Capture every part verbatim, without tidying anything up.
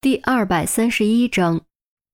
第二百三十一章。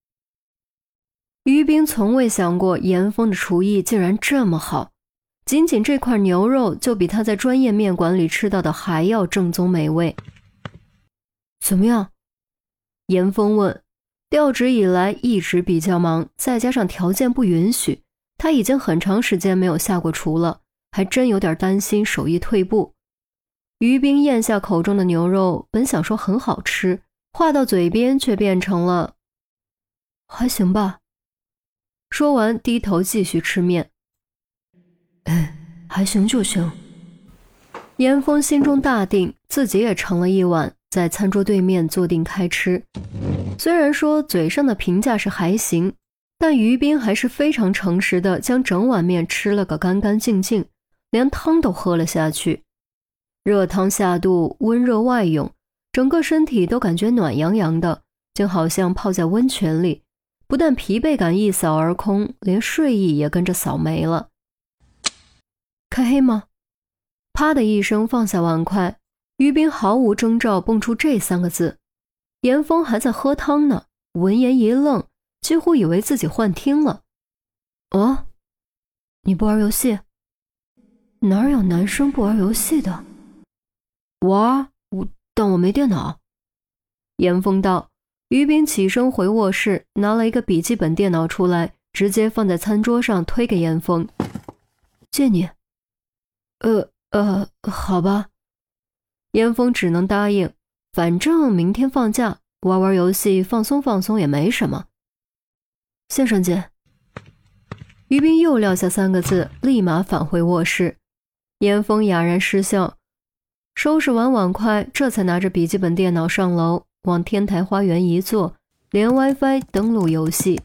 于冰从未想过严峰的厨艺竟然这么好，仅仅这块牛肉就比他在专业面馆里吃到的还要正宗美味。怎么样？严峰问。调职以来一直比较忙，再加上条件不允许，他已经很长时间没有下过厨了，还真有点担心手艺退步。于冰咽下口中的牛肉，本想说很好吃，话到嘴边却变成了还行吧。说完低头继续吃面。哎，还行就行。严峰心中大定，自己也盛了一碗，在餐桌对面坐定开吃。虽然说嘴上的评价是还行，但于冰还是非常诚实的将整碗面吃了个干干净净，连汤都喝了下去。热汤下肚，温热外涌，整个身体都感觉暖洋洋的，就好像泡在温泉里，不但疲惫感一扫而空，连睡意也跟着扫没了。开黑吗？啪的一声放下碗筷，于冰毫无征兆蹦出这三个字。严峰还在喝汤呢，闻言一愣，几乎以为自己幻听了。哦，你不玩游戏？哪有男生不玩游戏的？玩，我但我没电脑。严峰道。于冰起身回卧室，拿了一个笔记本电脑出来，直接放在餐桌上推给严峰。借你。呃呃，好吧。严峰只能答应，反正明天放假，玩玩游戏放松放松也没什么。线上见。于冰又撂下三个字，立马返回卧室。严峰哑然失笑，收拾完碗筷，这才拿着笔记本电脑上楼，往天台花园一坐，连 WiFi 登录游戏。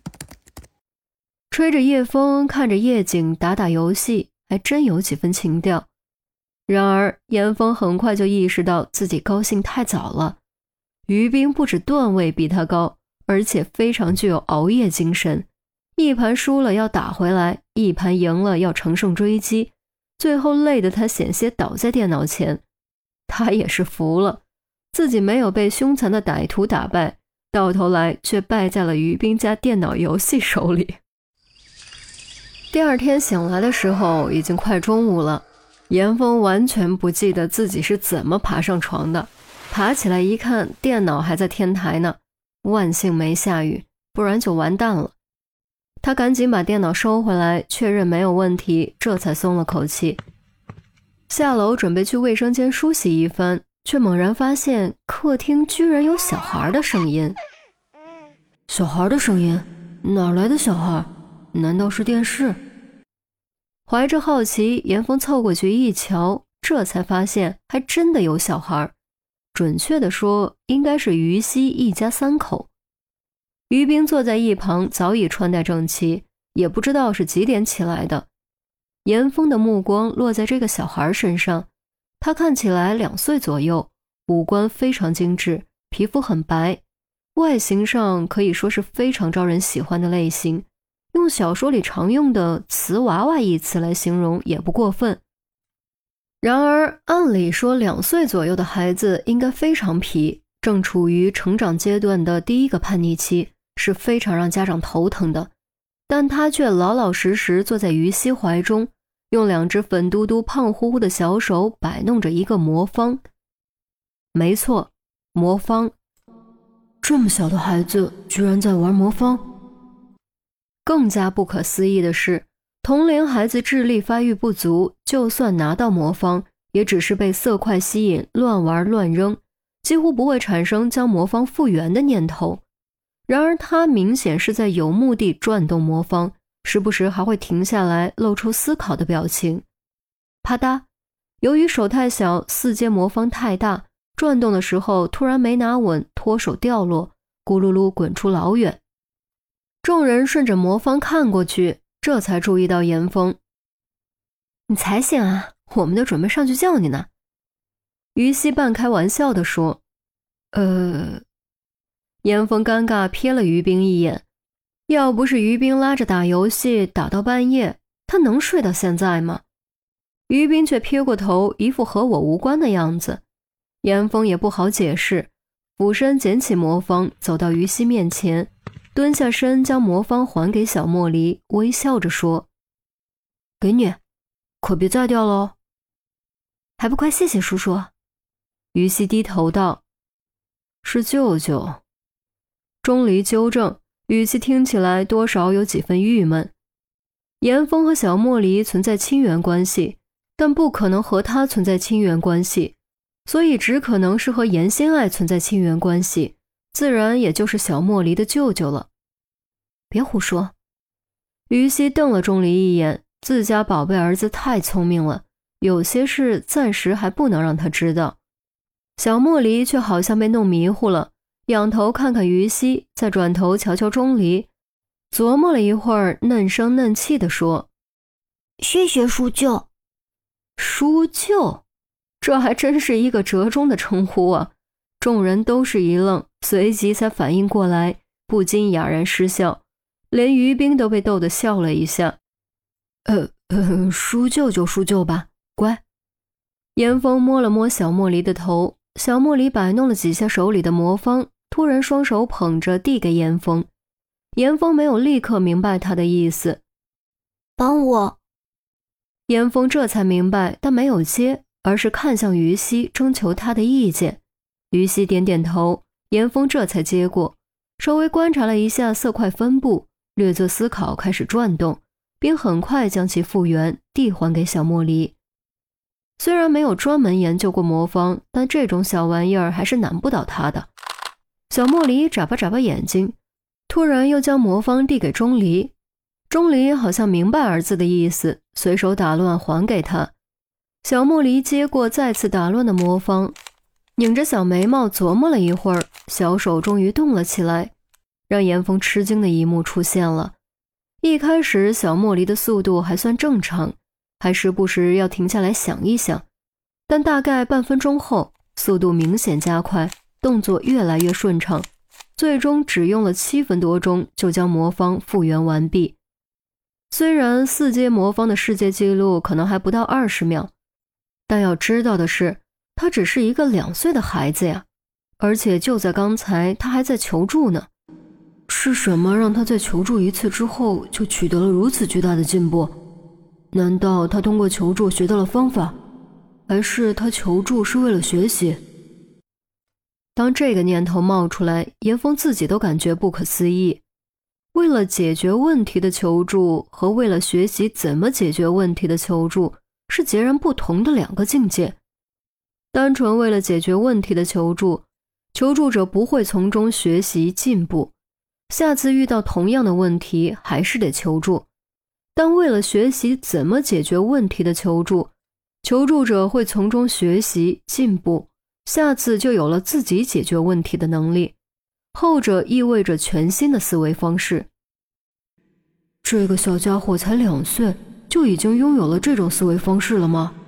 吹着夜风，看着夜景，打打游戏，还真有几分情调。然而严峰很快就意识到自己高兴太早了。于冰不止段位比他高，而且非常具有熬夜精神，一盘输了要打回来，一盘赢了要乘胜追击，最后累得他险些倒在电脑前。他也是服了，自己没有被凶残的歹徒打败，到头来却败在了于冰家电脑游戏手里。第二天醒来的时候已经快中午了，严峰完全不记得自己是怎么爬上床的，爬起来一看，电脑还在天台呢，万幸没下雨，不然就完蛋了。他赶紧把电脑收回来，确认没有问题，这才松了口气。下楼准备去卫生间梳洗一番，却猛然发现客厅居然有小孩的声音。小孩的声音？哪来的小孩？难道是电视？怀着好奇，严峰凑过去一瞧，这才发现还真的有小孩，准确地说应该是于西一家三口。于冰坐在一旁，早已穿戴整齐，也不知道是几点起来的。严峰的目光落在这个小孩身上，他看起来两岁左右，五官非常精致，皮肤很白，外形上可以说是非常招人喜欢的类型，用小说里常用的瓷娃娃一词来形容也不过分。然而按理说两岁左右的孩子应该非常皮，正处于成长阶段的第一个叛逆期，是非常让家长头疼的，但他却老老实实坐在于西怀中，用两只粉嘟嘟胖乎乎的小手摆弄着一个魔方。没错，魔方。这么小的孩子居然在玩魔方。更加不可思议的是，同龄孩子智力发育不足，就算拿到魔方，也只是被色块吸引，乱玩乱扔，几乎不会产生将魔方复原的念头。然而他明显是在有目的转动魔方，时不时还会停下来，露出思考的表情。啪嗒，由于手太小，四阶魔方太大，转动的时候突然没拿稳，脱手掉落，咕噜噜滚出老远。众人顺着魔方看过去，这才注意到严峰。你才醒啊，我们都准备上去叫你呢。于西半开玩笑地说。呃，严峰尴尬瞥了于冰一眼，要不是于冰拉着打游戏打到半夜，他能睡到现在吗？于冰却撇过头，一副和我无关的样子。严峰也不好解释， 俯身捡起魔方，走到于西面前，蹲下身将魔方还给小莫离，微笑着说：给你，可别再掉了哦。还不快谢谢叔叔。于西低头道：是舅舅。钟离纠正，语气听起来多少有几分郁闷。严峰和小莫离存在亲缘关系，但不可能和他存在亲缘关系，所以只可能是和严心爱存在亲缘关系，自然也就是小莫离的舅舅了。别胡说。于西瞪了钟离一眼，自家宝贝儿子太聪明了，有些事暂时还不能让他知道。小莫离却好像被弄迷糊了，仰头看看于西，再转头瞧瞧钟离，琢磨了一会儿，嫩声嫩气地说：谢谢叔舅。叔舅，这还真是一个折中的称呼啊！众人都是一愣，随即才反应过来，不禁哑然失笑，连于冰都被逗得笑了一下。呃呃，叔舅就叔舅吧，乖。严峰摸了摸小莫离的头，小莫离摆弄了几下手里的魔方，突然双手捧着递给严峰。严峰没有立刻明白他的意思。帮我。严峰这才明白，但没有接，而是看向于西，征求他的意见。于西点点头，严峰这才接过，稍微观察了一下色块分布，略作思考，开始转动，并很快将其复原，递还给小莫离。虽然没有专门研究过魔方，但这种小玩意儿还是难不倒他的。小莫离眨巴眨巴眼睛，突然又将魔方递给钟离。钟离好像明白儿子的意思，随手打乱还给他。小莫离接过再次打乱的魔方，拧着小眉毛琢磨了一会儿，小手终于动了起来。让严峰吃惊的一幕出现了。一开始小莫离的速度还算正常，还时不时要停下来想一想，但大概半分钟后，速度明显加快，动作越来越顺畅，最终只用了七分多钟就将魔方复原完毕。虽然四阶魔方的世界纪录可能还不到二十秒，但要知道的是，他只是一个两岁的孩子呀，而且就在刚才他还在求助呢。是什么让他在求助一次之后就取得了如此巨大的进步？难道他通过求助学到了方法，还是他求助是为了学习？当这个念头冒出来，严峰自己都感觉不可思议。为了解决问题的求助和为了学习怎么解决问题的求助是截然不同的两个境界。单纯为了解决问题的求助，求助者不会从中学习进步，下次遇到同样的问题还是得求助。但为了学习怎么解决问题的求助，求助者会从中学习进步，下次就有了自己解决问题的能力。后者意味着全新的思维方式。这个小家伙才两岁，就已经拥有了这种思维方式了吗？